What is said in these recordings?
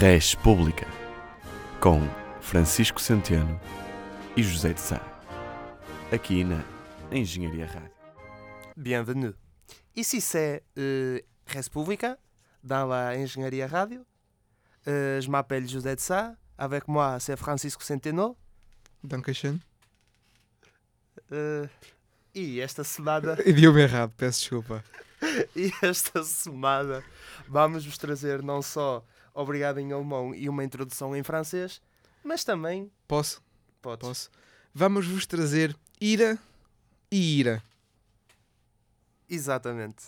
Res Pública, com Francisco Centeno e José de Sá, aqui na Engenharia Rádio. Bienvenue. Ici c'est Res Pública, dans la Engenharia Radio. Je m'appelle José de Sá, avec moi c'est Francisco Centeno. Dankeschön. E esta semana... Idioma errado, peço desculpa. E esta semana vamos-vos trazer não só obrigado em alemão e uma introdução em francês, mas também... Posso? Podes. Posso. Vamos-vos trazer ira e ira. Exatamente.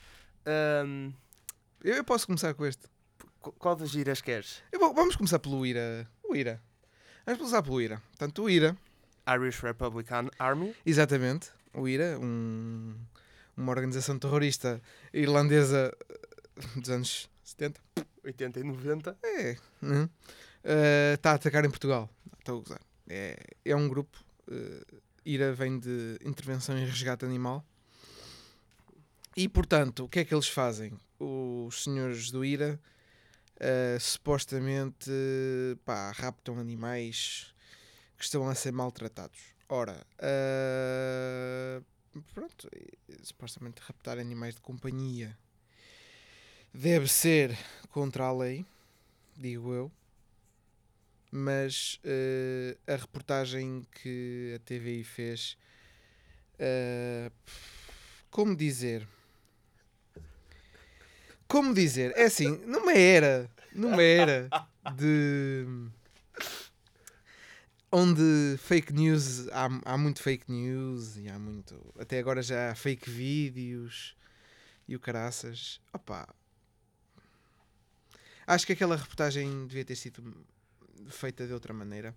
Eu posso começar com este. Qual das iras queres? Vamos começar pelo ira. O ira. Vamos começar pelo ira. Portanto, o ira... Irish Republican Army. Exatamente. O ira, uma organização terrorista irlandesa dos anos 70. 80 e 90. Está a atacar em Portugal. Estou a gozar. É um grupo. IRA vem de Intervenção e Resgate Animal. E, portanto, o que é que eles fazem? Os senhores do IRA supostamente raptam animais que estão a ser maltratados. Ora, supostamente raptar animais de companhia deve ser contra a lei, digo eu, mas a reportagem que a TVI fez, como dizer, é assim, numa era de onde fake news, há muito fake news e há muito, até agora já há fake vídeos e o caraças, acho que aquela reportagem devia ter sido feita de outra maneira.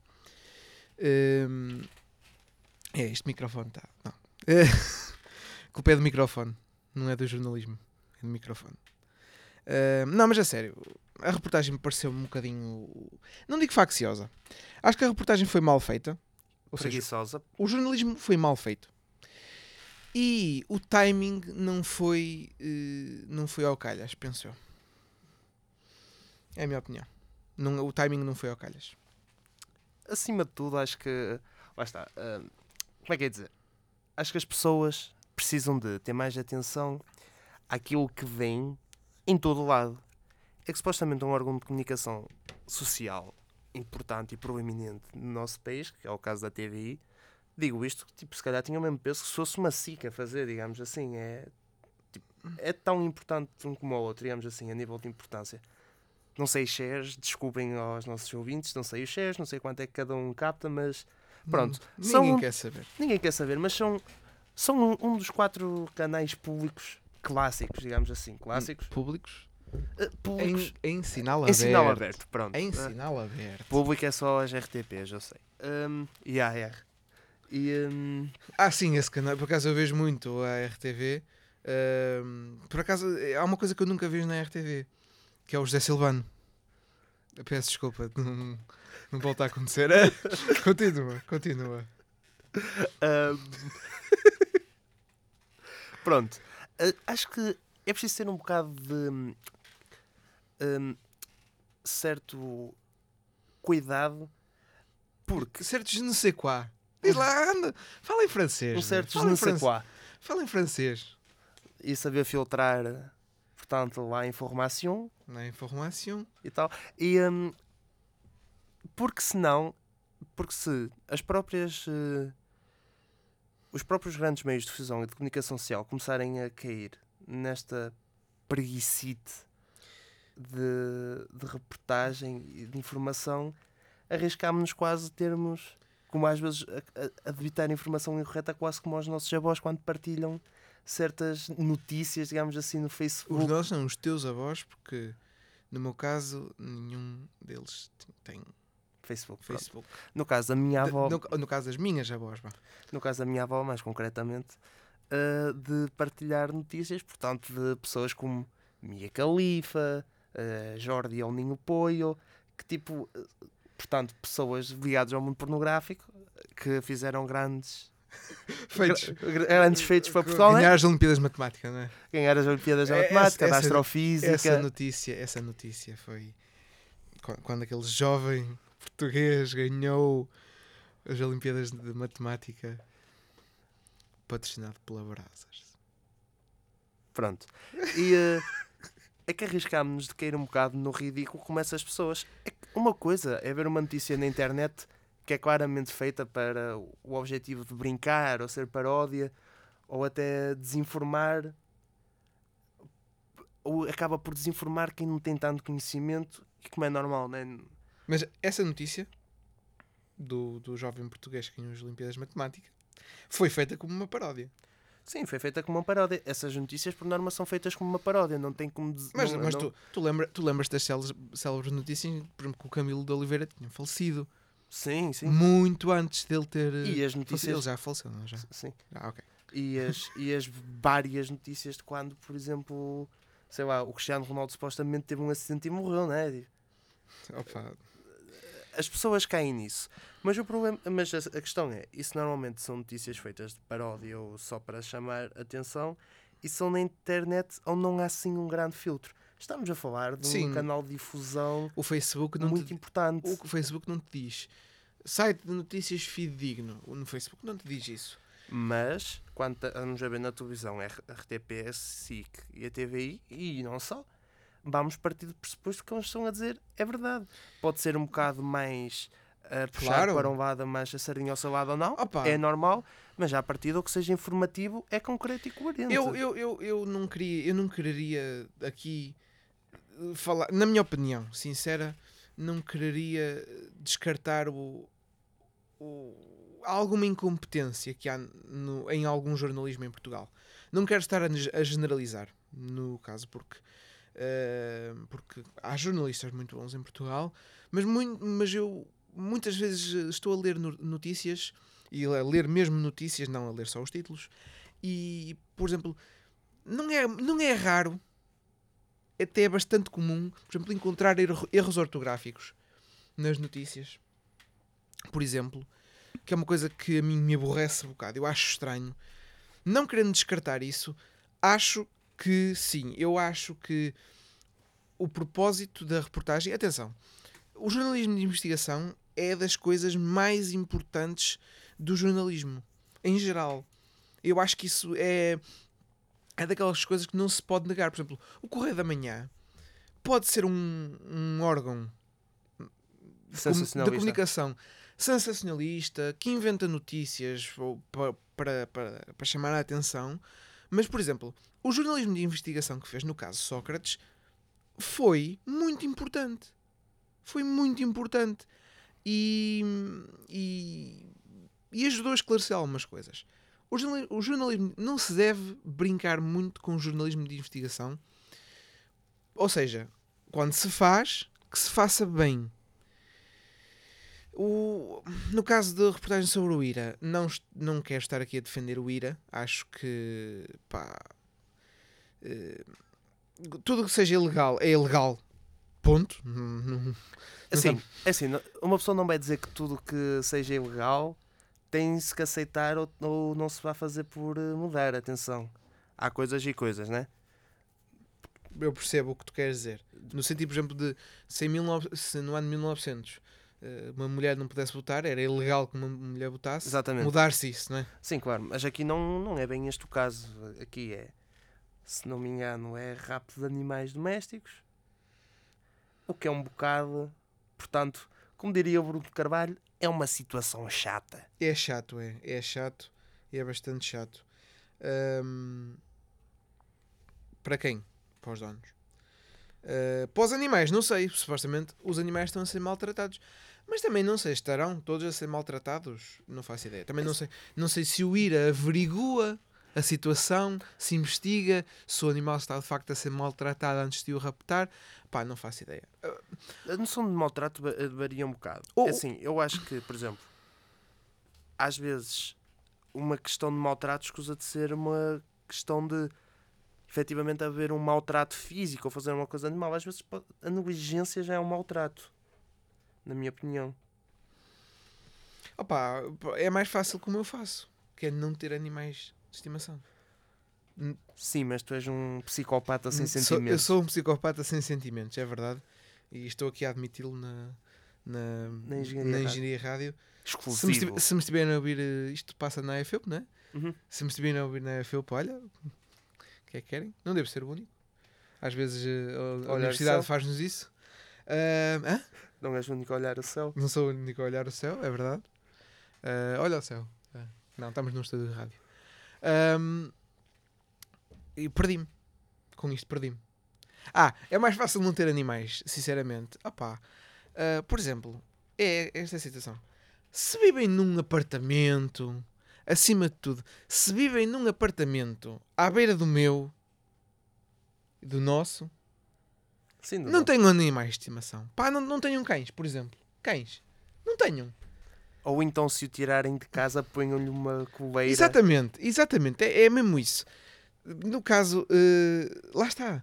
Este microfone está. Não. Culpa é do microfone, não é do jornalismo, é do microfone. Não, mas a sério, a reportagem me pareceu um bocadinho, não digo facciosa. Acho que a reportagem foi mal feita. Ou Preguiçosa. seja, o jornalismo foi mal feito. E o timing não foi ao calhas, penso eu. É a minha opinião. O timing não foi ao calhas. Acima de tudo, acho que... Lá está. Como é que é dizer? Acho que as pessoas precisam de ter mais atenção àquilo que vem em todo o lado. É que supostamente um órgão de comunicação social importante e proeminente no nosso país, que é o caso da TVI, digo isto, se calhar tinha o mesmo peso que se fosse uma SIC a fazer, digamos assim. É tão importante um como o outro, digamos assim, a nível de importância. Não sei shares, desculpem aos nossos ouvintes, não sei os shares, não sei quanto é que cada um capta, mas pronto. Ninguém quer saber. Ninguém quer saber, mas são um dos 4 canais públicos clássicos, digamos assim. Clássicos? Públicos? Públicos. Em sinal aberto. Em sinal aberto, pronto. Em sinal aberto. Público é só as RTPs, eu sei. E a AR. Sim, esse canal. Por acaso eu vejo muito a RTV. Por acaso há uma coisa que eu nunca vejo na RTV, que é o José Silvano. Eu peço desculpa, não volta a acontecer. Continua. Pronto. Acho que é preciso ter um bocado de certo cuidado, porque... Certo je ne sais quoi. Diz lá, anda, fala em francês. Um certo je ne sais quoi. Fala em francês. E saber filtrar, portanto, lá a informação. Na informação. E tal. Porque se os próprios grandes meios de difusão e de comunicação social começarem a cair nesta preguicite de reportagem e de informação, arriscámos-nos quase a termos, como às vezes a debitar informação incorreta, quase como os nossos avós quando partilham certas notícias, digamos assim, no Facebook. Os nossos são os teus avós, porque no meu caso nenhum deles tem Facebook. No caso da minha avó... No caso das minhas avós, No caso da minha avó, mais concretamente, de partilhar notícias, portanto, de pessoas como Mia Khalifa, Jordi El Ninho Poio, que portanto, pessoas ligadas ao mundo pornográfico, que fizeram grandes feitos para Portugal. Ganhar as Olimpíadas de Matemática, não é? Ganhar as Olimpíadas de Matemática, da Astrofísica. Essa notícia foi... quando aquele jovem português ganhou as Olimpíadas de Matemática patrocinado pela Brasas. Pronto. E é que arriscámos-nos de cair um bocado no ridículo como essas pessoas. É que uma coisa é ver uma notícia na internet que é claramente feita para o objetivo de brincar ou ser paródia ou até desinformar, ou acaba por desinformar quem não tem tanto conhecimento, e como é normal, não é? Mas essa notícia do jovem português que ganhou as Olimpíadas de Matemática foi feita como uma paródia. Sim, foi feita como uma paródia. Essas notícias, por norma, são feitas como uma paródia. Não tem como... Mas não... tu lembras das célebres notícias, por exemplo, que o Camilo de Oliveira tinha falecido. Sim, sim. Muito antes dele ter... E as notícias... Ele já faleceu, não é? Já? Sim. Ok. E as várias notícias de quando, por exemplo, sei lá, o Cristiano Ronaldo supostamente teve um acidente e morreu, não é? Opa. As pessoas caem nisso. Mas o problema, mas a questão é, isso normalmente são notícias feitas de paródia ou só para chamar atenção, e são na internet onde não há assim um grande filtro. Estamos a falar de um canal de difusão o Facebook não muito importante. O Facebook não te diz site de notícias fidedigno. No Facebook não te diz isso. Mas, quando estamos a ver na televisão, RTP, SIC e a TVI, e não só, vamos partir do pressuposto que eles estão a dizer é verdade. Pode ser um bocado mais puxar para um lado, mais a sardinha ao seu lado ou não, é normal, mas já a partir do que seja informativo é concreto e coerente. Eu não quereria aqui falar, na minha opinião sincera, não quereria descartar alguma incompetência que há em algum jornalismo em Portugal. Não quero estar a generalizar, no caso, porque há jornalistas muito bons em Portugal, mas eu muitas vezes estou a ler notícias, e a ler mesmo notícias, não a ler só os títulos, e, por exemplo, não é raro, até é bastante comum, por exemplo, encontrar erros ortográficos nas notícias, por exemplo, que é uma coisa que a mim me aborrece um bocado. Eu acho estranho. Não querendo descartar isso, acho que sim. Eu acho que o propósito da reportagem... Atenção, o jornalismo de investigação é das coisas mais importantes do jornalismo, em geral. Eu acho que isso é daquelas coisas que não se pode negar. Por exemplo, o Correio da Manhã pode ser um órgão da comunicação sensacionalista, que inventa notícias para chamar a atenção, mas, por exemplo, o jornalismo de investigação que fez no caso Sócrates foi muito importante. Foi muito importante. E ajudou a esclarecer algumas coisas. O jornalismo não se deve brincar muito com o jornalismo de investigação. Ou seja, quando se faz, que se faça bem. No caso da reportagem sobre o IRA, não quero estar aqui a defender o IRA. Acho que tudo que seja ilegal é ilegal. Ponto. Assim, uma pessoa não vai dizer que tudo que seja ilegal tem-se que aceitar ou não se vai fazer por mudar. Atenção, há coisas e coisas, né? Eu percebo o que tu queres dizer. No sentido, por exemplo, de se no ano de 1900 uma mulher não pudesse votar, era ilegal que uma mulher votasse. Exatamente. Mudar-se isso, não é? Sim, claro, mas aqui não é bem este o caso. Aqui é, se não me engano, é rapto de animais domésticos, o que é um bocado, portanto, como diria o Bruno Carvalho, é uma situação chata. É chato, é chato, é bastante chato. Para quem? Para os donos. Para os animais, não sei, supostamente os animais estão a ser maltratados, mas também não sei, estarão todos a ser maltratados? Não faço ideia. Também não sei se o IRA averigua a situação, se investiga, se o animal está de facto a ser maltratado antes de o raptar. Pá, não faço ideia. A noção de maltrato varia um bocado. Assim, eu acho que, por exemplo, às vezes uma questão de maltrato escusa de ser uma questão de efetivamente haver um maltrato físico ou fazer uma coisa animal. Às vezes a negligência já é um maltrato, na minha opinião. Opa, é mais fácil como eu faço, que é não ter animais de estimação. Sim, mas tu és um psicopata sem sentimentos. Eu sou um psicopata sem sentimentos, é verdade. E estou aqui a admiti-lo na Engenharia Engenharia Rádio. Exclusivo. Se me estiverem a ouvir, isto passa na EFEUP, não é? Uhum. Se me estiverem a ouvir na EFEUP, olha, o que é que querem? Não devo ser o único. Às vezes a Olhar universidade o céu. faz-nos isso. Hã? Não és o único a olhar o céu. Não sou o único a olhar o céu, é verdade. Olha o céu. Não, estamos num estúdio de rádio. E perdi-me. Com isto perdi-me. É mais fácil não ter animais, sinceramente. Por exemplo, é esta situação. Se vivem num apartamento, acima de tudo, se vivem num apartamento à beira do meu, do nosso, Sim, não tenham animais de estimação. Não tenham cães, por exemplo. Cães. Não tenham. Ou então, se o tirarem de casa, ponham-lhe uma coleira. Exatamente. É mesmo isso. No caso, lá está.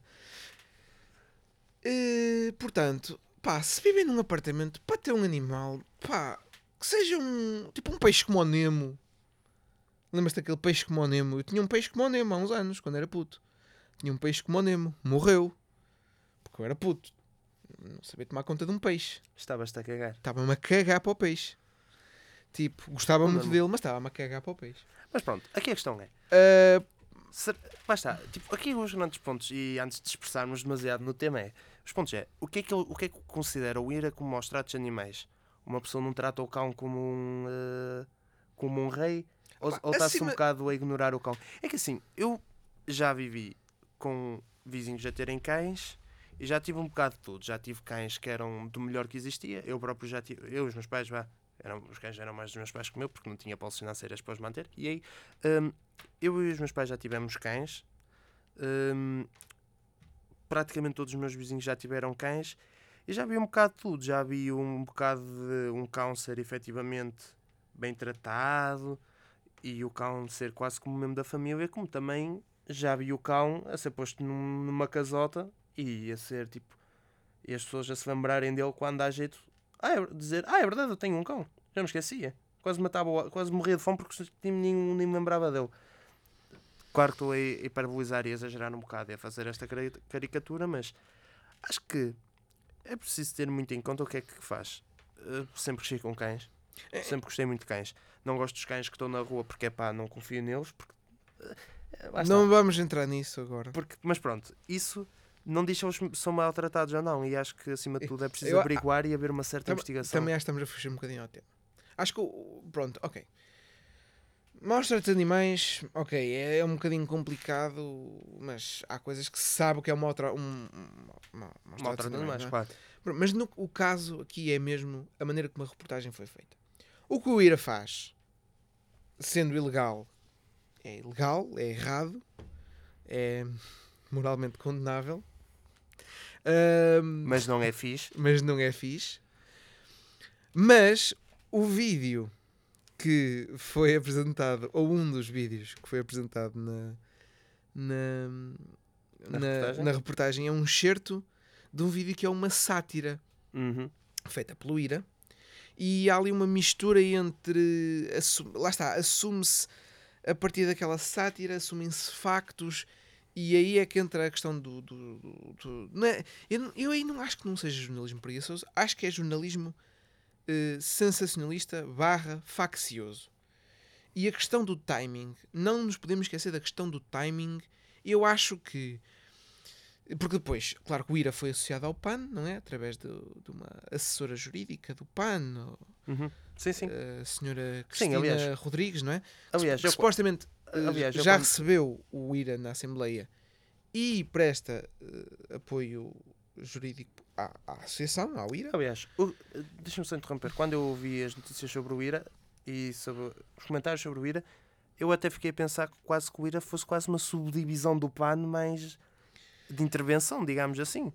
Portanto, se vivem num apartamento, para ter um animal, que seja tipo um peixe como o Nemo. Lembras-te daquele peixe como o Nemo? Eu tinha um peixe como o Nemo há uns anos, quando era puto. Tinha um peixe como o Nemo. Morreu. Porque eu era puto. Não sabia tomar conta de um peixe. Estavas-te a cagar. Estava-me a cagar para o peixe. Tipo, gostava muito dele, mas estava-me a cagar para o peixe. Mas pronto, aqui a questão é... Lá está, tipo, aqui os grandes pontos, e antes de dispersarmos demasiado no tema os pontos o que é que considera o IRA como aos tratos animais? Uma pessoa não trata o cão como um rei? Ou está-se um bocado a ignorar o cão? É que assim, eu já vivi com vizinhos a terem cães e já tive um bocado de tudo. Já tive cães que eram do melhor que existia, eu próprio já tive, os meus pais os cães eram mais dos meus pais que o meu, porque não tinha posses financeiras para os manter. E aí, eu e os meus pais já tivemos cães. Praticamente todos os meus vizinhos já tiveram cães. E já vi um bocado de tudo. Já vi um bocado de um cão ser efetivamente bem tratado e o cão ser quase como membro da família, como também já vi o cão a ser posto numa casota e a ser tipo... E as pessoas a se lembrarem dele quando há jeito... é verdade, eu tenho um cão. Já me esquecia. Quase morria de fome porque nem me lembrava dele. Claro que estou a hiperbolizar e a exagerar um bocado e a fazer esta caricatura, mas acho que é preciso ter muito em conta o que é que faz. Sempre cresci com cães. Sempre gostei muito de cães. Não gosto dos cães que estão na rua porque não confio neles. Não vamos entrar nisso agora. Mas pronto, isso... não diz se eles são maltratados ou não, e acho que acima de tudo é preciso averiguar e haver uma certa investigação. Também acho que estamos a fugir um bocadinho ao tema. Acho que, pronto, ok. Maus tratos de animais, ok, é um bocadinho complicado, mas há coisas que se sabe que é maus tratos de animais, não é? Claro. Mas o caso aqui é mesmo a maneira como a reportagem foi feita. O que o IRA faz, sendo ilegal, é errado, é moralmente condenável. Mas não é fixe. Mas o vídeo que foi apresentado, ou um dos vídeos que foi apresentado na reportagem, é um excerto de um vídeo que é uma sátira feita pelo IRA. E há ali uma mistura entre... lá está, assume-se a partir daquela sátira, assumem-se factos. E aí é que entra a questão não é, eu aí não acho que não seja jornalismo preguiçoso. Acho que é jornalismo sensacionalista / faccioso. E a questão do timing, não nos podemos esquecer da questão do timing. Eu acho que... porque depois, claro que o IRA foi associado ao PAN, não é? Através de uma assessora jurídica do PAN. Sim. A senhora Cristina Rodrigues, não é? Aliás, que supostamente... já recebeu o IRA na Assembleia e presta apoio jurídico à associação, ao IRA. Aliás, deixa-me só interromper. Quando eu ouvi as notícias sobre o IRA e sobre os comentários sobre o IRA, eu até fiquei a pensar que quase que o IRA fosse quase uma subdivisão do PAN, mas de intervenção, digamos assim.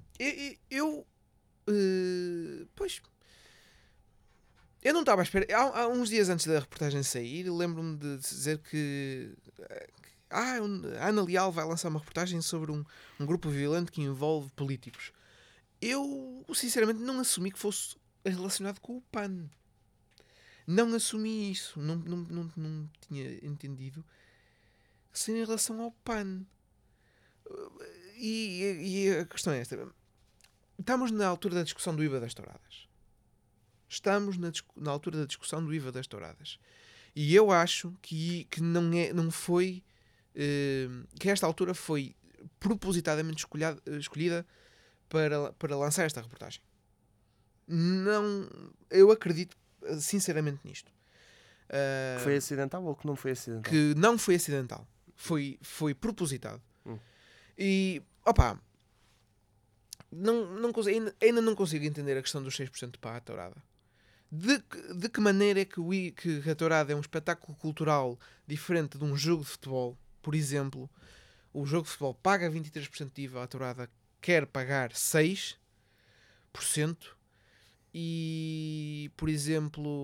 Pois... eu não estava à espera. Há uns dias antes da reportagem sair, lembro-me de dizer que a Ana Leal vai lançar uma reportagem sobre um grupo violento que envolve políticos. Eu, sinceramente, não assumi que fosse relacionado com o PAN. Não assumi isso. Não tinha entendido que seria em relação ao PAN. E a questão é esta. estamos na altura da discussão do IVA das touradas. Estamos na altura da discussão do IVA das touradas. E eu acho que não foi... que esta altura foi propositadamente escolhida para lançar esta reportagem. Não, eu acredito sinceramente nisto. Que foi acidental ou que não foi acidental? Que não foi acidental. Foi propositado. E, opá, ainda não consigo entender a questão dos 6% para a tourada. De que maneira é que a tourada é um espetáculo cultural diferente de um jogo de futebol? Por exemplo, o jogo de futebol paga 23% de IVA, a tourada quer pagar 6%. E, por exemplo,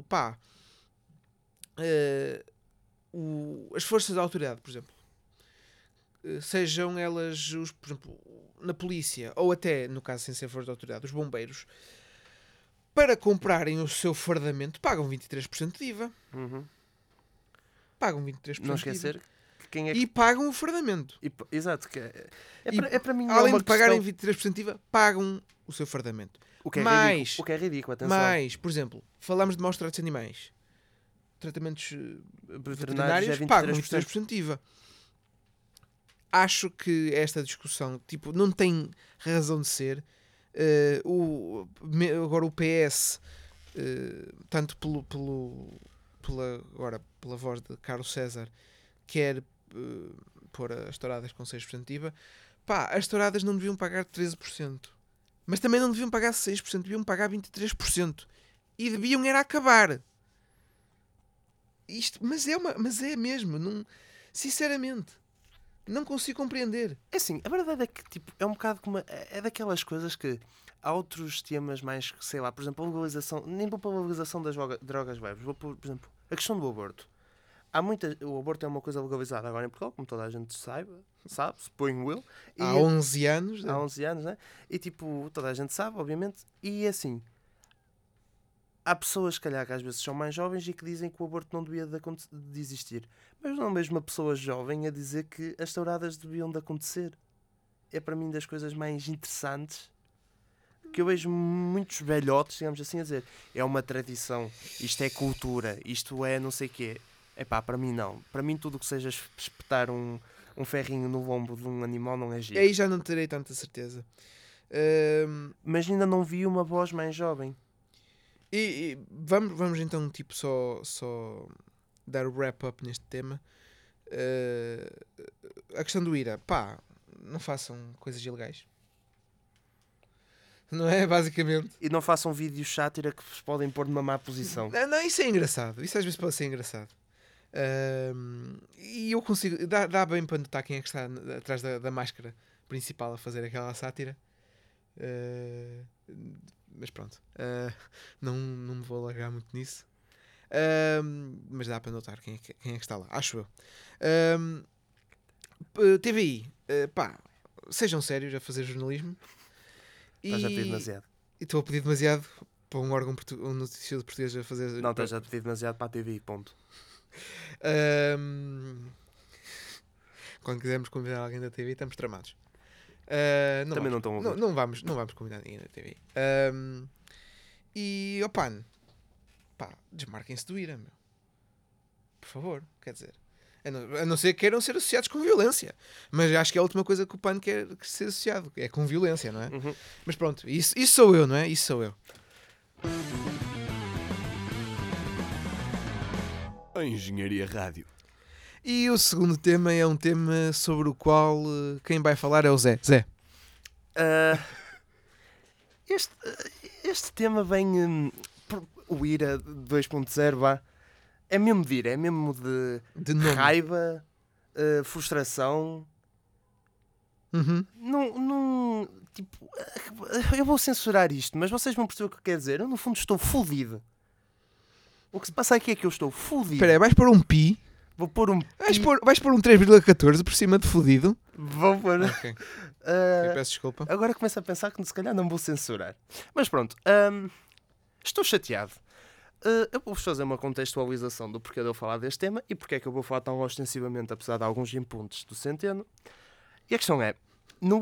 as forças da autoridade, por exemplo, sejam elas, por exemplo, na polícia, ou até, no caso sem ser forças da autoridade, os bombeiros, para comprarem o seu fardamento, pagam 23% de IVA. Pagam 23% Não esquecer que quem é que... E pagam o fardamento. Exato. Que é para mim além uma de pagarem questão... 23% de IVA, pagam o seu fardamento. O que é ridículo, atenção. Mas, por exemplo, falamos de maus tratos de animais. Tratamentos veterinários é pagam 23% de IVA. Acho que esta discussão não tem razão de ser. Agora o PS, tanto pela voz de Carlos César, quer pôr as touradas com 6% de IVA. As touradas não deviam pagar 13%. Mas também não deviam pagar 6%, deviam pagar 23%. E deviam era acabar. Mas é mesmo. Não, sinceramente, não consigo compreender. É assim, a verdade é que é um bocado como... É daquelas coisas que há outros temas mais, sei lá, por exemplo, a legalização... Nem vou para a legalização das drogas leves. Vou por exemplo, a questão do aborto. O aborto é uma coisa legalizada agora em Portugal, como toda a gente sabe, suponho eu. Há 11 anos. Há 11 anos, né? E toda a gente sabe, obviamente. E assim, há pessoas, se calhar, que às vezes são mais jovens e que dizem que o aborto não devia de existir. Mas não vejo uma pessoa jovem a dizer que as touradas deviam de acontecer. É para mim das coisas mais interessantes que eu vejo muitos velhotes, digamos assim, a dizer: é uma tradição, isto é cultura, isto é não sei o quê. Para mim não. Para mim tudo o que seja espetar um ferrinho no lombo de um animal não é giro. Aí já não terei tanta certeza. Mas ainda não vi uma voz mais jovem. E vamos então só dar o wrap-up neste tema. A questão do IRA. Não façam coisas ilegais. Não é? Basicamente. E não façam vídeos sátira que vos podem pôr numa má posição. Não, isso é engraçado. Isso às vezes pode ser engraçado. E eu consigo... Dá bem para notar quem é que está atrás da máscara principal a fazer aquela sátira. Mas pronto. Não me vou alargar muito nisso. Mas dá para notar quem é que está lá. Acho eu. TVI. Sejam sérios a fazer jornalismo. Estás a pedir demasiado. E estou a pedir demasiado para um órgão noticioso português a fazer... Não, estás a pedir demasiado para a TVI, ponto. Quando quisermos convidar alguém da TV, estamos tramados. Também não estão a ouvir. Não vamos convidar ninguém da TV. E, desmarquem-se do IRA, meu. Por favor, quer dizer... A não ser que queiram ser associados com violência. Mas acho que é a última coisa que o PAN quer ser associado. É com violência, não é? Uhum. Mas pronto, isso sou eu, não é? Isso sou eu. A Engenharia Rádio. E o segundo tema é um tema sobre o qual quem vai falar é o Zé. Zé. Este tema vem... o IRA 2.0, é mesmo de ira, é mesmo de raiva, frustração. Não, eu vou censurar isto, mas vocês vão perceber o que eu quero dizer. Eu, no fundo, estou fodido. O que se passa aqui é que eu estou fodido. Espera aí, vais pôr um pi? Vou pôr um pi. Vais pôr um 3,14 por cima de fodido? Vou pôr. Ok. Peço desculpa. Agora começo a pensar que se calhar não vou censurar. Mas pronto, estou chateado. Eu vou-vos fazer uma contextualização do porquê de eu falar deste tema e porque é que eu vou falar tão ostensivamente, apesar de alguns inputs do Centeno. E a questão é, na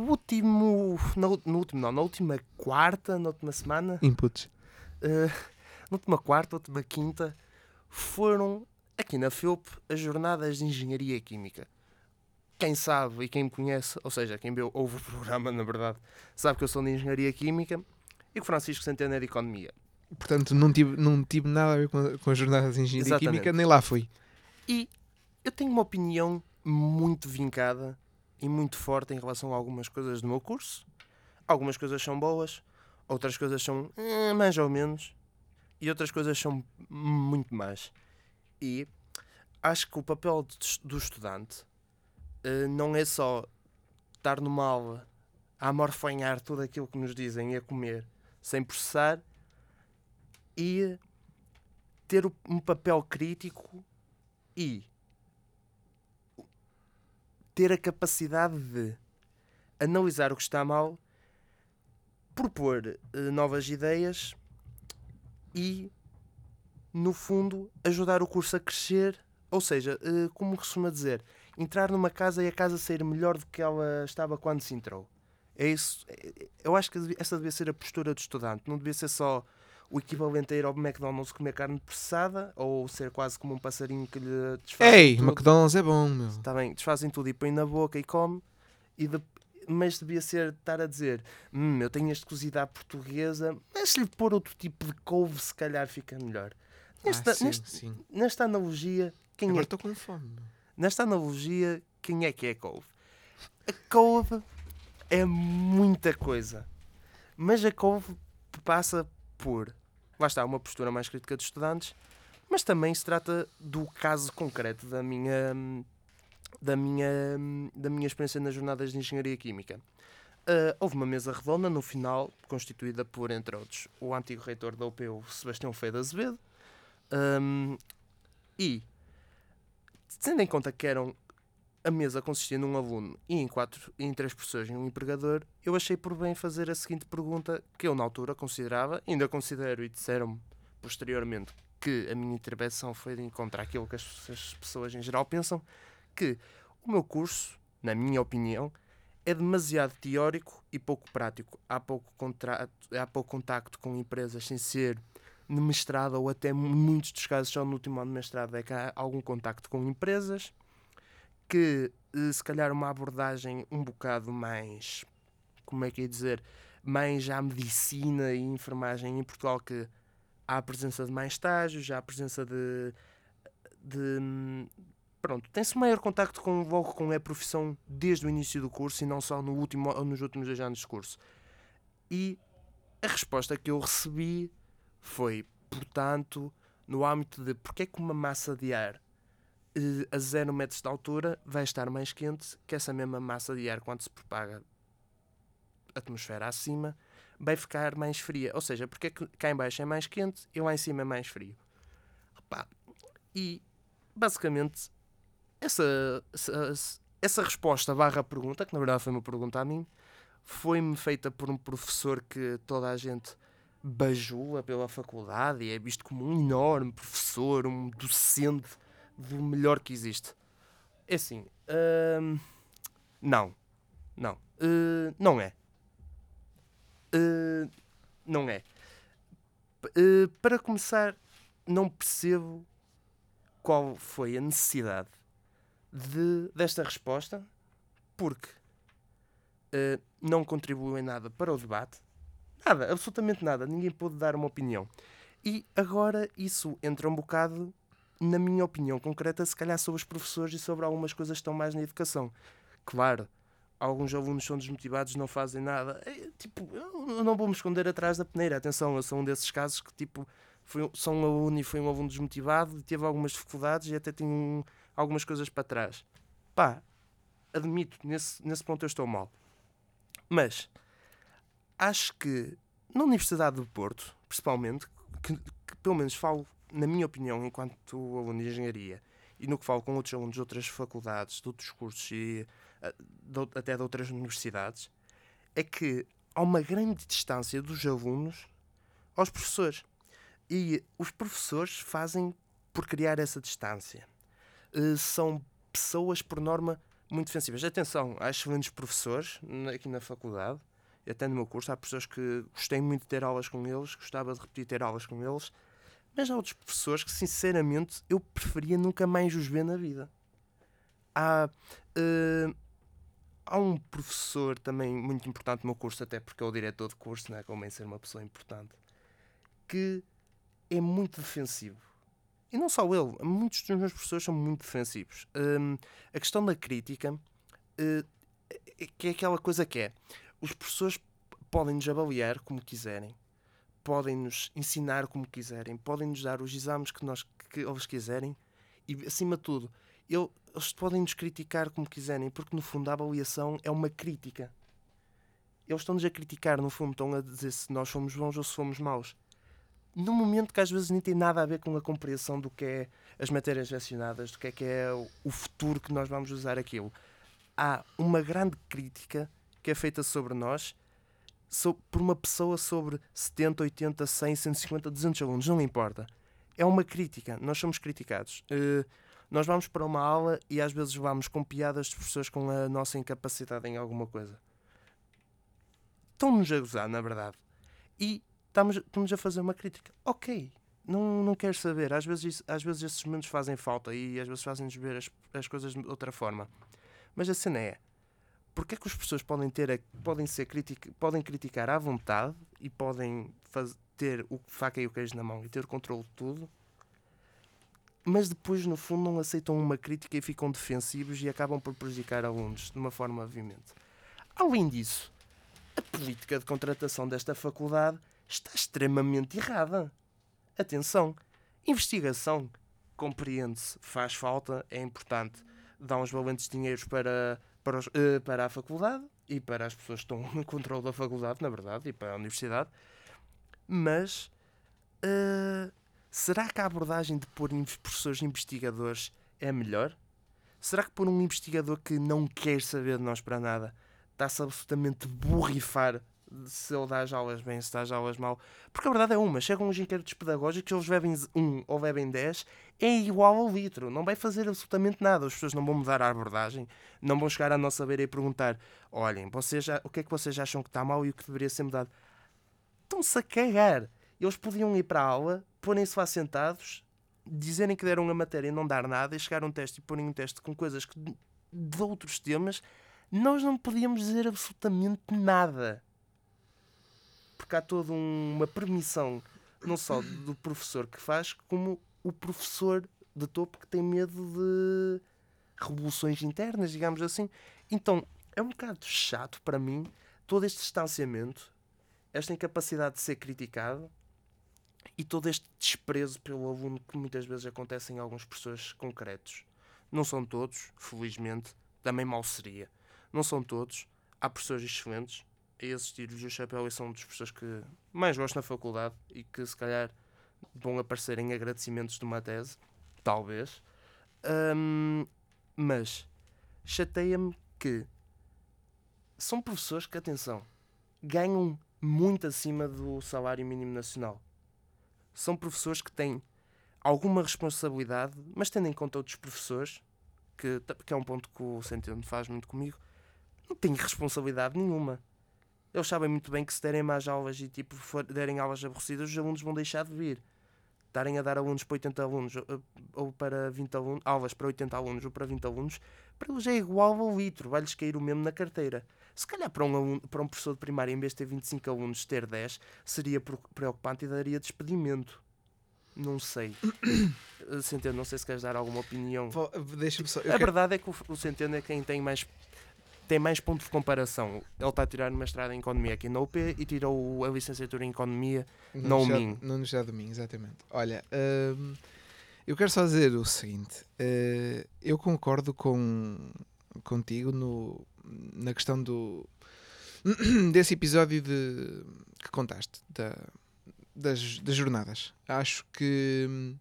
última quarta, na última semana, Inputs. na última quarta, última quinta, foram aqui na FEUP as jornadas de Engenharia Química. Quem sabe e quem me conhece, ou seja, quem ouve o programa, na verdade, sabe que eu sou de Engenharia Química e que o Francisco Centeno é de Economia. Portanto, não tive nada a ver com as jornadas de Engenharia Exatamente. Química, nem lá fui. E eu tenho uma opinião muito vincada e muito forte em relação a algumas coisas do meu curso. Algumas coisas são boas, outras coisas são mais ou menos, e outras coisas são muito más. E acho que o papel do estudante não é só estar numa aula a amorfanhar tudo aquilo que nos dizem e a comer sem processar e ter um papel crítico e ter a capacidade de analisar o que está mal, propor novas ideias e, no fundo, ajudar o curso a crescer. Ou seja, como costuma dizer, entrar numa casa e a casa sair melhor do que ela estava quando se entrou. É isso. Eu acho que essa devia ser a postura do estudante. Não devia ser só o equivalente a ir ao McDonald's comer carne processada ou ser quase como um passarinho que lhe desfazem Ei, tudo. McDonald's é bom, meu. Está bem, desfazem tudo e põem na boca e come. Mas devia ser estar a dizer eu tenho este cozido à portuguesa, mas se lhe pôr outro tipo de couve se calhar fica melhor. Sim. Nesta analogia, Agora estou com fome. quem é que é a couve? A couve é muita coisa, mas a couve passa por, lá está, uma postura mais crítica dos estudantes, mas também se trata do caso concreto da minha experiência nas jornadas de Engenharia Química. Houve uma mesa redonda no final, constituída por, entre outros, o antigo reitor da UPU, Sebastião Feio de Azevedo, e, tendo em conta que a mesa consistia num aluno e em 3 professores e um empregador, eu achei por bem fazer a seguinte pergunta, que eu na altura considerava, ainda considero, e disseram-me posteriormente que a minha intervenção foi de encontro àquilo que as pessoas em geral pensam, que o meu curso, na minha opinião, é demasiado teórico e pouco prático. Há pouco contacto com empresas, sem ser no mestrado, ou até muitos dos casos só no último ano de mestrado é que há algum contacto com empresas, que se calhar uma abordagem um bocado mais, como é que é dizer, mais à medicina e enfermagem em Portugal, que há a presença de mais estágios, há a presença pronto, tem-se maior contacto logo com a profissão desde o início do curso e não só nos últimos 2 anos de curso. E a resposta que eu recebi foi, portanto, no âmbito de porque é que uma massa de ar a 0 metros de altura vai estar mais quente que essa mesma massa de ar quando se propaga a atmosfera acima vai ficar mais fria. Ou seja, porque é que cá em baixo é mais quente e lá em cima é mais frio. E basicamente essa resposta / pergunta, que na verdade foi uma pergunta a mim, foi-me feita por um professor que toda a gente bajula pela faculdade e é visto como um enorme professor, um docente do melhor que existe. É assim, não é. Não é. Para começar, não percebo qual foi a necessidade desta resposta, porque não contribuiu em nada para o debate. Nada, absolutamente nada. Ninguém pôde dar uma opinião. E agora isso entra um bocado na minha opinião concreta, se calhar sobre os professores e sobre algumas coisas que estão mais na educação. Claro, alguns alunos são desmotivados, não fazem nada. Eu não vou me esconder atrás da peneira. Atenção, eu sou um desses casos que sou um aluno e foi um aluno desmotivado, teve algumas dificuldades e até tenho algumas coisas para trás. Admito, nesse ponto eu estou mal. Mas acho que na Universidade do Porto, principalmente, que pelo menos falo, na minha opinião, enquanto aluno de engenharia, e no que falo com outros alunos de outras faculdades, de outros cursos e até de outras universidades, é que há uma grande distância dos alunos aos professores. E os professores fazem por criar essa distância. São pessoas, por norma, muito defensivas. Atenção, há excelentes professores aqui na faculdade, e até no meu curso, há professores que gostei muito de ter aulas com eles, gostava de repetir ter aulas com eles, mas há outros professores que, sinceramente, eu preferia nunca mais os ver na vida. Há um professor também muito importante no meu curso, até porque é o diretor de curso, não é? Como é ser uma pessoa importante, que é muito defensivo. E não só ele, muitos dos meus professores são muito defensivos. A questão da crítica, que é aquela coisa que é, os professores podem-nos avaliar como quiserem, podem-nos ensinar como quiserem, podem-nos dar os exames que eles quiserem e, acima de tudo, eles podem-nos criticar como quiserem, porque, no fundo, a avaliação é uma crítica. Eles estão-nos a criticar, no fundo, estão a dizer se nós somos bons ou se somos maus. Num momento que às vezes nem tem nada a ver com a compreensão do que é as matérias lecionadas, do que é o futuro que nós vamos usar aquilo. Há uma grande crítica que é feita sobre nós por uma pessoa sobre 70, 80, 100, 150, 200 alunos, não importa. É uma crítica, nós somos criticados. Nós vamos para uma aula e às vezes vamos com piadas de pessoas com a nossa incapacidade em alguma coisa. Estão-nos a gozar, na verdade. E estamos a fazer uma crítica. Ok, não quero saber. Às vezes esses momentos fazem falta e às vezes fazem-nos ver as coisas de outra forma. Mas a cena é, porque é que as pessoas podem criticar à vontade e podem ter o faca e o queijo na mão e ter o controle de tudo, mas depois, no fundo, não aceitam uma crítica e ficam defensivos e acabam por prejudicar alunos de uma forma veemente. Além disso, a política de contratação desta faculdade está extremamente errada. Atenção, investigação, compreende-se, faz falta, é importante, dá uns valentes dinheiros para a faculdade e para as pessoas que estão no controle da faculdade, na verdade, e para a universidade, mas será que a abordagem de pôr professores investigadores é melhor? Será que pôr um investigador que não quer saber de nós para nada está-se absolutamente borrifar se ele dá as aulas bem, se dá as aulas mal? Porque a verdade é uma, chegam os inquéritos pedagógicos, eles bebem 1 ou bebem 10, é igual ao litro, não vai fazer absolutamente nada, as pessoas não vão mudar a abordagem, não vão chegar à nossa beira e perguntar, olhem, o que é que vocês acham que está mal e o que deveria ser mudado? Estão-se a cagar. Eles podiam ir para a aula, porem-se lá sentados, dizerem que deram a matéria e não dar nada, e chegar a um teste e porem um teste com coisas de outros temas, nós não podíamos dizer absolutamente nada. Porque há toda uma permissão, não só do professor que faz, como o professor de topo que tem medo de revoluções internas, digamos assim. Então, é um bocado chato para mim todo este distanciamento, esta incapacidade de ser criticado e todo este desprezo pelo aluno que muitas vezes acontece em alguns professores concretos. Não são todos, felizmente, também mal seria. Não são todos, há professores excelentes, a esses tiros e o chapéu, e são dos professores que mais gosto na faculdade e que se calhar vão aparecer em agradecimentos de uma tese, talvez. Mas chateia-me que são professores que, atenção, ganham muito acima do salário mínimo nacional. São professores que têm alguma responsabilidade, mas tendo em conta outros professores, que é um ponto que o Centeno faz muito comigo, não têm responsabilidade nenhuma. Eles sabem muito bem que se derem más aulas e derem aulas aborrecidas, os alunos vão deixar de vir. Estarem a dar alunos para 80 alunos ou para 20 alunos, aulas para 80 alunos ou para 20 alunos, para eles é igual ao litro, vai-lhes cair o mesmo na carteira. Se calhar para um professor de primária, em vez de ter 25 alunos, ter 10, seria preocupante e daria despedimento. Não sei. Centeno, não sei se queres dar alguma opinião. Deixa-me só. A verdade é que o Centeno é quem tem mais ponto de comparação. Ele está a tirar uma mestrado em Economia aqui na UP e tirou a licenciatura em Economia na UMIN. No Universidade do Minho, exatamente. Olha, eu quero só dizer o seguinte. Eu concordo contigo na questão desse episódio que contaste, das jornadas. Acho que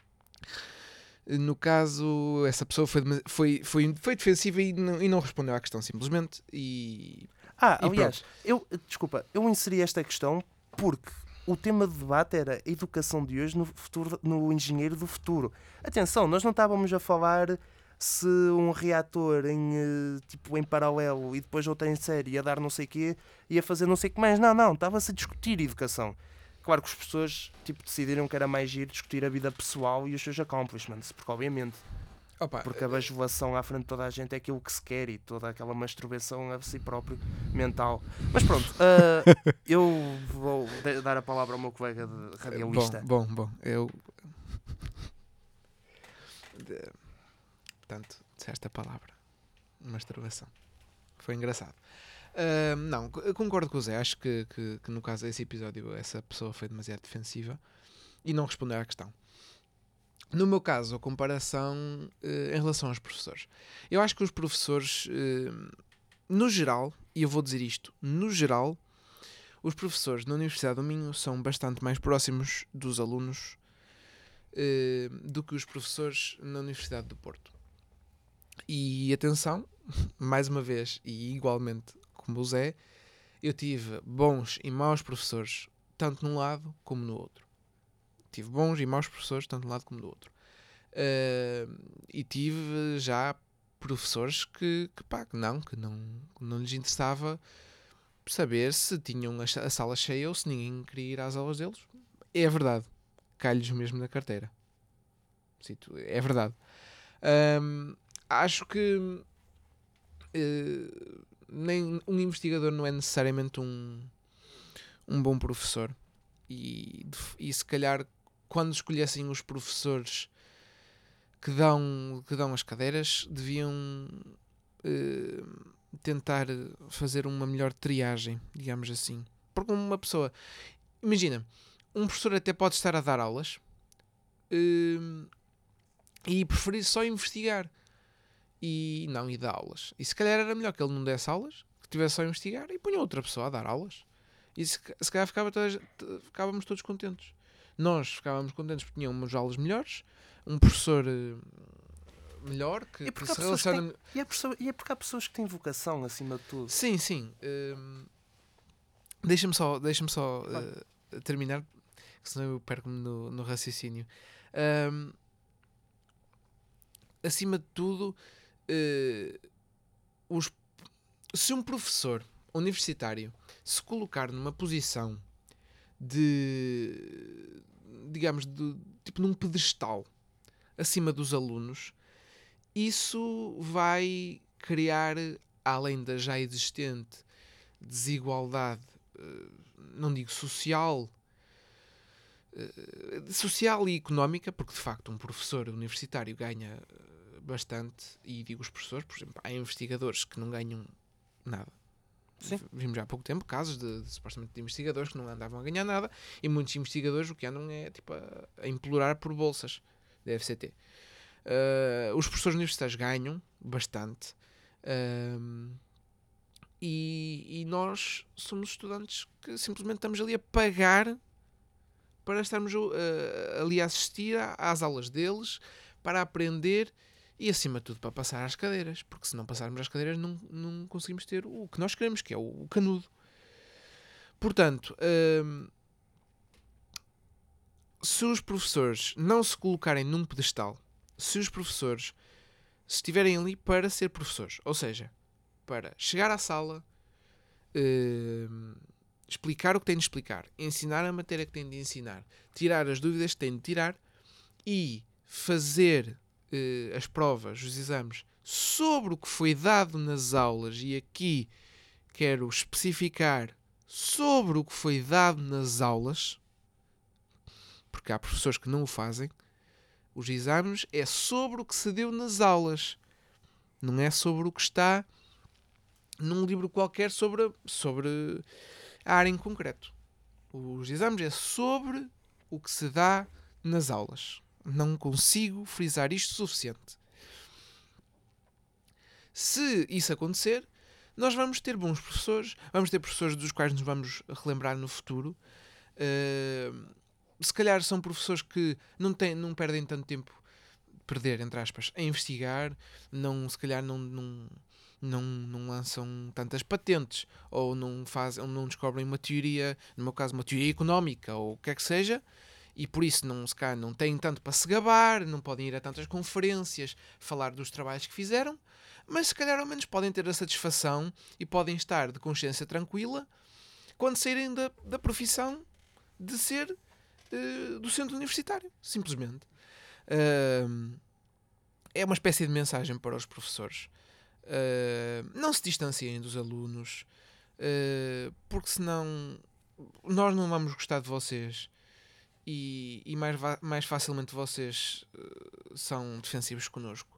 no caso essa pessoa foi defensiva e não respondeu à questão simplesmente aliás, eu inseri esta questão porque o tema de debate era a educação de hoje no engenheiro do futuro. Atenção, nós não estávamos a falar se um reator em paralelo e depois outra em série a dar não sei o quê, ia fazer não sei o que mais. Não, estava-se a discutir educação. Claro que os professores decidiram que era mais giro discutir a vida pessoal e os seus accomplishments, porque obviamente, porque a bajulação à frente de toda a gente é aquilo que se quer e toda aquela masturbação a si próprio mental. Mas pronto, eu vou dar a palavra ao meu colega de radialista. Bom, portanto, disseste a palavra masturbação. Foi engraçado. Não, eu concordo com o Zé. Acho que no caso desse episódio essa pessoa foi demasiado defensiva e não respondeu à questão. No meu caso, a comparação em relação aos professores. Eu acho que os professores, no geral, e eu vou dizer isto, no geral, os professores na Universidade do Minho são bastante mais próximos dos alunos do que os professores na Universidade do Porto. E atenção, mais uma vez, e igualmente como o Zé, eu tive bons e maus professores, tanto num lado como no outro. Tive bons e maus professores, tanto de um lado como do outro. E tive já professores que não lhes interessava saber se tinham a sala cheia ou se ninguém queria ir às aulas deles. É verdade. Cai-lhes mesmo na carteira. É verdade. Acho que nem um investigador não é necessariamente um bom professor. E se calhar quando escolhessem os professores que dão as cadeiras, deviam tentar fazer uma melhor triagem, digamos assim. Porque uma pessoa... Imagina, um professor até pode estar a dar aulas e preferir só investigar. E dar aulas. E se calhar era melhor que ele não desse aulas, que tivesse só a investigar e punha outra pessoa a dar aulas. E se calhar ficávamos todos contentes. Nós ficávamos contentes porque tínhamos aulas melhores, um professor melhor que se relaciona... E é porque há pessoas que têm vocação acima de tudo. Sim. Deixa-me só terminar, senão eu perco-me no raciocínio. Acima de tudo, se um professor universitário se colocar numa posição de, digamos, tipo num pedestal acima dos alunos, isso vai criar, além da já existente desigualdade, não digo social e económica, porque de facto um professor universitário ganha bastante, e digo os professores, por exemplo, há investigadores que não ganham nada. Sim. Vimos já há pouco tempo casos supostamente de investigadores que não andavam a ganhar nada, e muitos investigadores o que andam é tipo a implorar por bolsas da FCT. Os professores universitários ganham bastante, e nós somos estudantes que simplesmente estamos ali a pagar para estarmos ali a assistir às aulas deles, para aprender e, acima de tudo, para passar às cadeiras. Porque se não passarmos às cadeiras, não conseguimos ter o que nós queremos, que é o canudo. Portanto, se os professores não se colocarem num pedestal, se os professores estiverem ali para ser professores, ou seja, para chegar à sala, explicar o que têm de explicar, ensinar a matéria que têm de ensinar, tirar as dúvidas que têm de tirar e fazer as provas, os exames sobre o que foi dado nas aulas, e aqui quero especificar sobre o que foi dado nas aulas, porque há professores que não o fazem. Os exames é sobre o que se deu nas aulas, não é sobre o que está num livro qualquer sobre a área em concreto. Os exames é sobre o que se dá nas aulas. Não consigo frisar isto o suficiente. Se isso acontecer, nós vamos ter bons professores, vamos ter professores dos quais nos vamos relembrar no futuro. Se calhar são professores que não perdem tanto tempo, perder, entre aspas, a investigar, se calhar não lançam tantas patentes, ou não descobrem uma teoria, no meu caso uma teoria económica, ou o que é que seja, e por isso se calhar não têm tanto para se gabar, não podem ir a tantas conferências, falar dos trabalhos que fizeram, mas se calhar ao menos podem ter a satisfação e podem estar de consciência tranquila quando saírem da profissão de ser do centro universitário, simplesmente. É uma espécie de mensagem para os professores. Não se distanciem dos alunos, porque senão nós não vamos gostar de vocês e mais facilmente vocês são defensivos connosco.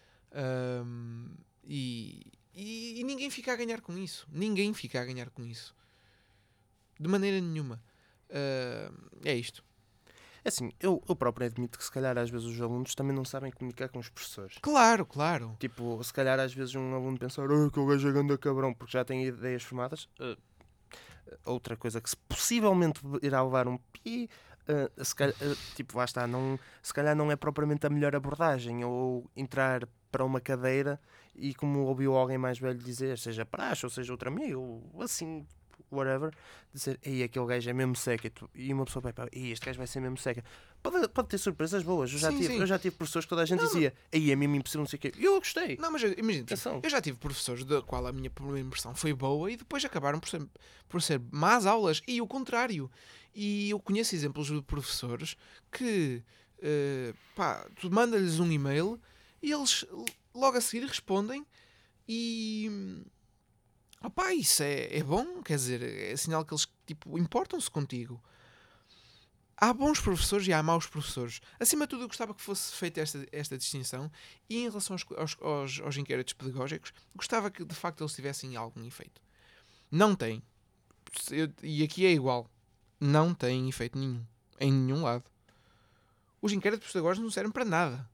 E ninguém fica a ganhar com isso. Ninguém fica a ganhar com isso. De maneira nenhuma. É isto. É assim, eu próprio admito que se calhar às vezes os alunos também não sabem comunicar com os professores. Claro, claro. Tipo, se calhar às vezes um aluno pensar que o gajo é ganda cabrão porque já tem ideias formadas. Outra coisa que possivelmente irá levar um pi, se calhar, tipo, lá está, se calhar não é propriamente a melhor abordagem, ou entrar para uma cadeira e, como ouviu alguém mais velho dizer, seja praxe ou seja outro amigo, ou assim, whatever, dizer, ei, aquele gajo é mesmo seca, e uma pessoa vai para, ei, este gajo vai ser mesmo seca. Pode ter surpresas boas. Eu já tive professores que toda a gente dizia, ei, é mesmo impossível, não sei o quê. E eu gostei. Não, mas imagina, eu já tive professores da qual a minha primeira impressão foi boa e depois acabaram por ser más aulas, e o contrário. E eu conheço exemplos de professores que tu manda-lhes um e-mail e eles logo a seguir respondem e isso é bom, quer dizer, é sinal que eles tipo, importam-se contigo. Há bons professores e há maus professores. Acima de tudo, eu gostava que fosse feita esta distinção, e em relação aos inquéritos pedagógicos, gostava que de facto eles tivessem algum efeito. Não tem. E aqui é igual. Não tem efeito nenhum. Em nenhum lado. Os inquéritos pedagógicos não servem para nada.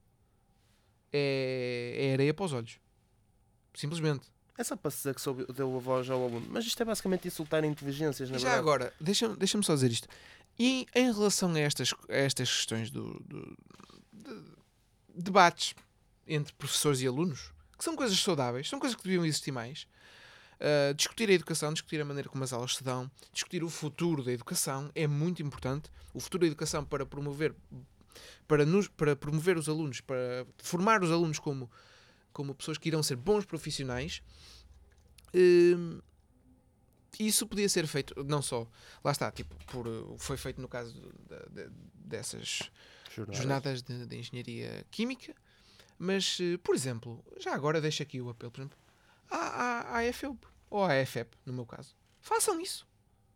É areia para os olhos. Simplesmente. É só para dizer que deu a voz ao aluno. Mas isto é basicamente insultar inteligências, na verdade. Já agora, deixa-me só dizer isto. E em relação a estas questões de debates entre professores e alunos, que são coisas saudáveis, são coisas que deviam existir mais, discutir a educação, discutir a maneira como as aulas se dão, discutir o futuro da educação é muito importante. O futuro da educação para promover os alunos, para formar os alunos como pessoas que irão ser bons profissionais. Isso podia ser feito, não só, lá está, tipo, foi feito no caso dessas jornadas de engenharia química, mas, por exemplo, já agora deixo aqui o apelo, por exemplo, à AFEUP, ou à AFEP, no meu caso. Façam isso.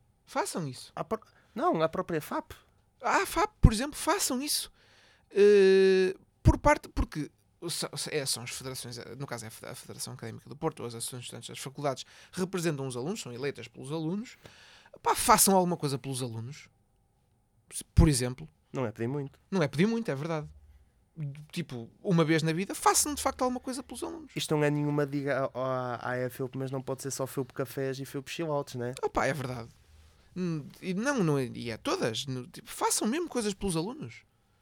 Não, à própria FAP. À FAP, por exemplo, façam isso. Porque são as federações, no caso é a Federação Académica do Porto, ou as associações de estudantes das faculdades, representam os alunos, são eleitas pelos alunos. Façam alguma coisa pelos alunos, por exemplo. Não é pedir muito. Não é pedir muito, é verdade. Tipo, uma vez na vida, façam de facto alguma coisa pelos alunos. Isto não é nenhuma diga à AFEUP, mas não pode ser só FEUP Cafés e FEUP Chilotes, né? É verdade. E não é, e é todas. Tipo, façam mesmo coisas pelos alunos.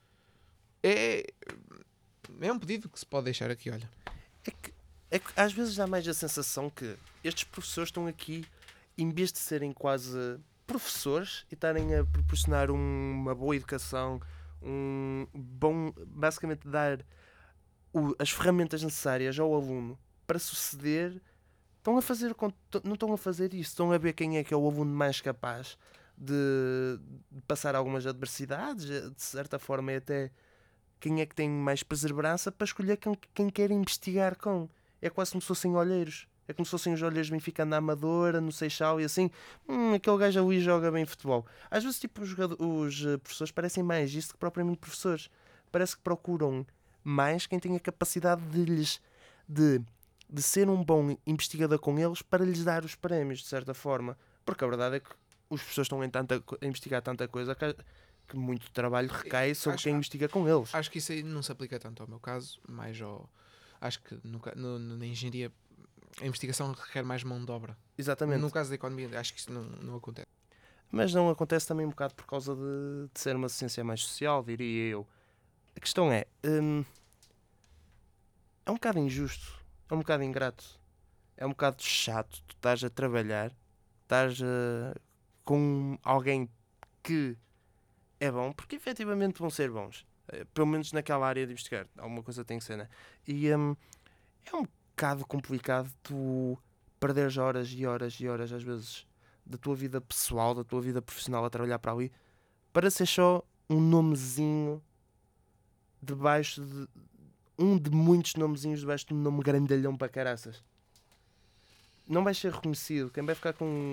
É um pedido que se pode deixar aqui, olha. É que às vezes dá mais a sensação que estes professores estão aqui, em vez de serem quase professores e estarem a proporcionar uma boa educação, basicamente dar as ferramentas necessárias ao aluno para suceder, não estão a fazer isso, estão a ver quem é que é o aluno mais capaz de passar algumas adversidades, de certa forma é até quem é que tem mais perseverança para escolher quem quer investigar com. É quase como se fossem olheiros. É como se fossem os olheiros de Benfica na Amadora, no Seixal e assim. Aquele gajo ali joga bem futebol. Às vezes tipo, os professores parecem mais isso que propriamente professores. Parece que procuram mais quem tem a capacidade de ser um bom investigador com eles para lhes dar os prémios, de certa forma. Porque a verdade é que os professores estão a investigar tanta coisa que muito trabalho recai sobre quem investiga com eles. Acho que isso aí não se aplica tanto ao meu caso, mais acho que na engenharia a investigação requer mais mão de obra. Exatamente. No caso da economia, acho que isso não acontece. Mas não acontece também um bocado por causa de ser uma ciência mais social, diria eu. A questão é um bocado injusto, é um bocado ingrato, é um bocado chato. Tu estás a trabalhar, estás com alguém que é bom porque efetivamente vão ser bons. Pelo menos naquela área de investigar. Alguma coisa tem que ser, né? E é um bocado complicado tu perderes horas e horas e horas, às vezes, da tua vida pessoal, da tua vida profissional a trabalhar para ali, para ser só um nomezinho debaixo de... um de muitos nomezinhos debaixo de um nome grandalhão para caraças. Não vais ser reconhecido. Quem vai ficar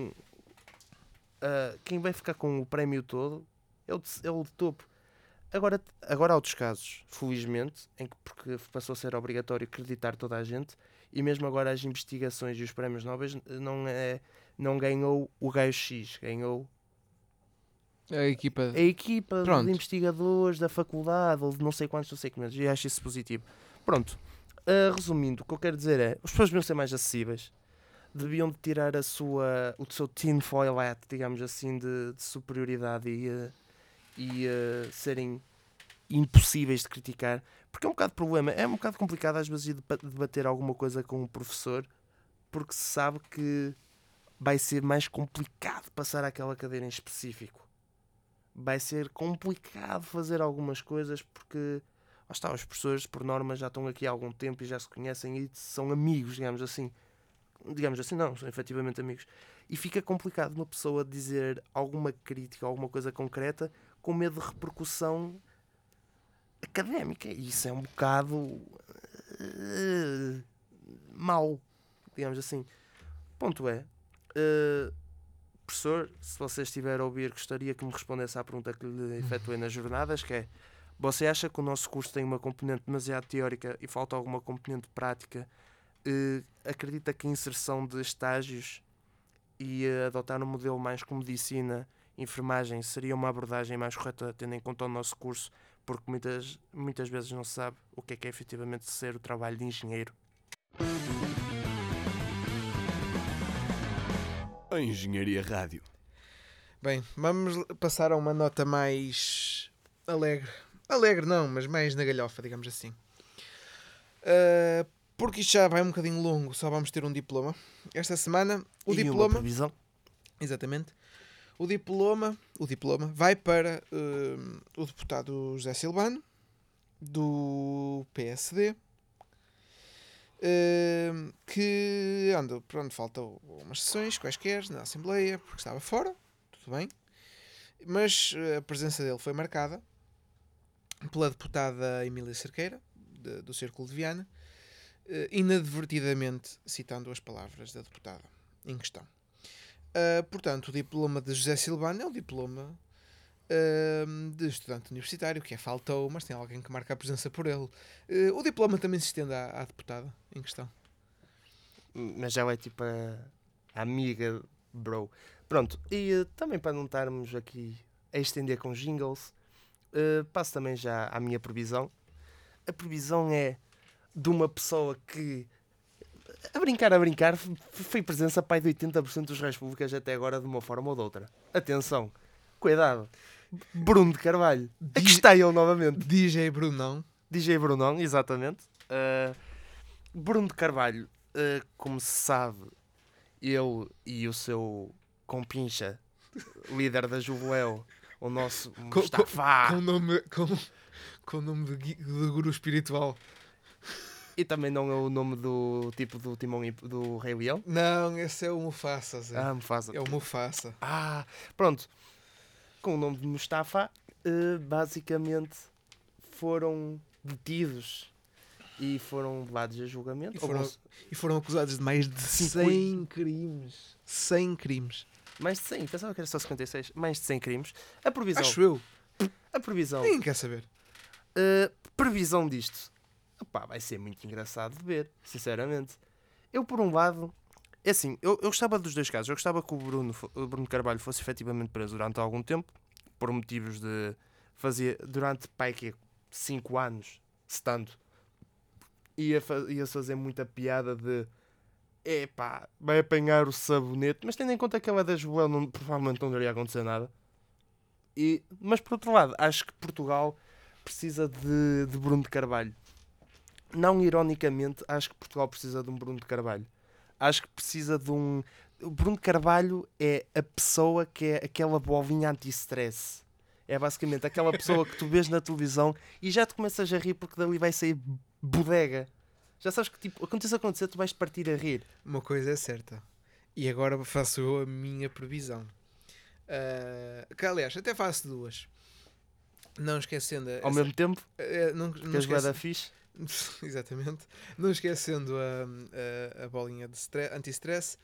com o prémio todo é o de topo. Agora há outros casos, felizmente, em que porque passou a ser obrigatório acreditar toda a gente, e mesmo agora as investigações e os prémios Nobel não ganhou o gajo X, ganhou A equipa. a equipa Pronto. de investigadores da faculdade, ou de não sei quantos, não sei quantos, e acho isso positivo. Pronto, resumindo, o que eu quero dizer é, as pessoas deviam ser mais acessíveis, deviam de tirar o seu tinfoil hat, digamos assim, de superioridade e serem impossíveis de criticar, porque é um bocado problema, é um bocado complicado às vezes ir debater alguma coisa com um professor, porque se sabe que vai ser mais complicado passar aquela cadeira em específico. Vai ser complicado fazer algumas coisas porque lá está, os professores por norma já estão aqui há algum tempo e já se conhecem e são amigos, digamos assim. Digamos assim, não, são efetivamente amigos. E fica complicado uma pessoa dizer alguma crítica, alguma coisa concreta com medo de repercussão académica. E isso é um bocado mau, digamos assim. Ponto é, professor, se você estiver a ouvir, gostaria que me respondesse à pergunta que lhe efetuei nas jornadas, que é: você acha que o nosso curso tem uma componente demasiado teórica e falta alguma componente prática? Acredita que a inserção de estágios e adotar um modelo mais como medicina, enfermagem, seria uma abordagem mais correta tendo em conta o nosso curso, porque muitas vezes não se sabe o que é efetivamente ser o trabalho de engenheiro? A Engenharia Rádio. Bem, vamos passar a uma nota mais alegre. Alegre não, mas mais na galhofa, digamos assim. Porque isto já vai um bocadinho longo, só vamos ter um diploma. Esta semana, o e diploma... uma previsão? Exatamente. O diploma vai para o deputado José Silvano, do PSD, que anda, pronto, faltam umas sessões quaisquer na Assembleia, porque estava fora, tudo bem, mas a presença dele foi marcada pela deputada Emília Cerqueira, do Círculo de Viana, inadvertidamente citando as palavras da deputada em questão. Portanto, o diploma de José Silvano é um diploma de estudante universitário, que faltou, mas tem alguém que marca a presença por ele. O diploma também se estende à deputada em questão. Mas já é tipo a amiga, bro. Pronto, e também para não estarmos aqui a estender com jingles, passo também já à minha previsão. A previsão é de uma pessoa que, a brincar, foi presença pai de 80% dos reis públicas até agora de uma forma ou de outra. Atenção, cuidado. Bruno de Carvalho. Aqui está ele novamente. DJ Brunão. DJ Brunão, exatamente. Bruno de Carvalho, como se sabe, ele e o seu compincha, líder da Juvoel, o nosso Mustafa. Com o nome de guru espiritual. E também não é o nome do tipo do Timão e do Rei Leão? Não, esse é o Mufasa, Zé. Mufasa. É o Mufasa. Pronto. Com o nome de Mustafa, basicamente foram detidos e foram levados a julgamento. E foram acusados de mais de 100 crimes. 100 crimes. Mais de 100, pensava que era só 56. Mais de 100 crimes. A previsão. Acho eu. A previsão. Ninguém quer saber. Previsão disto. Vai ser muito engraçado de ver, sinceramente. Eu, por um lado, é assim, eu gostava dos dois casos. Eu gostava que o Bruno Carvalho fosse efetivamente preso durante algum tempo, por motivos de fazer durante 5 anos, se tanto, ia fazer muita piada de vai apanhar o sabonete, mas tendo em conta que ela é da Joel, provavelmente não deveria acontecer nada. Mas por outro lado, acho que Portugal precisa de Bruno de Carvalho. Não ironicamente, acho que Portugal precisa de um Bruno de Carvalho. Acho que precisa de um... O Bruno de Carvalho é a pessoa que é aquela bolinha anti-stress. É basicamente aquela pessoa que tu vês na televisão e já te começas a rir porque dali vai sair bodega. Já sabes que, tipo, acontecer, tu vais-te partir a rir. Uma coisa é certa. E agora faço eu a minha previsão. Que, aliás, até faço duas. Não esquecendo... Ao mesmo tempo, não que as da fixe. Exatamente. Não esquecendo a bolinha de anti-stress.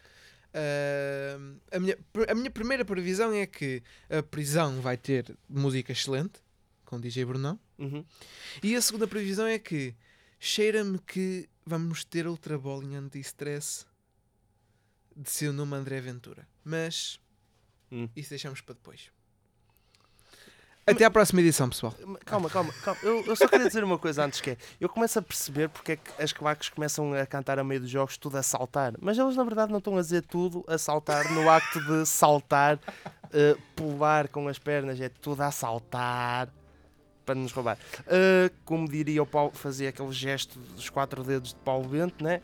A minha primeira previsão é que a prisão vai ter música excelente, com DJ Brunão. Uhum. E a segunda previsão é que cheira-me que vamos ter outra bolinha anti-stress de seu nome André Ventura. Mas isso deixamos para depois. Até à próxima edição, pessoal. Calma. Eu só queria dizer uma coisa antes, que é, eu começo a perceber porque é que as claques começam a cantar a meio dos jogos tudo a saltar. Mas eles na verdade não estão a dizer tudo a saltar no acto de saltar, pular com as pernas, é tudo a saltar para nos roubar. Como diria o Paulo, fazia aquele gesto dos 4 dedos de Paulo Bento, né?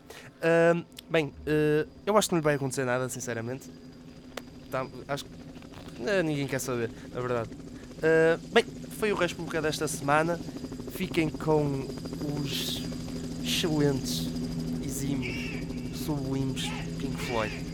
Eu acho que não lhe vai acontecer nada, sinceramente. Acho que ninguém quer saber, na verdade. Foi o República desta semana. Fiquem com os excelentes, exímios, sublimes Pink Floyd.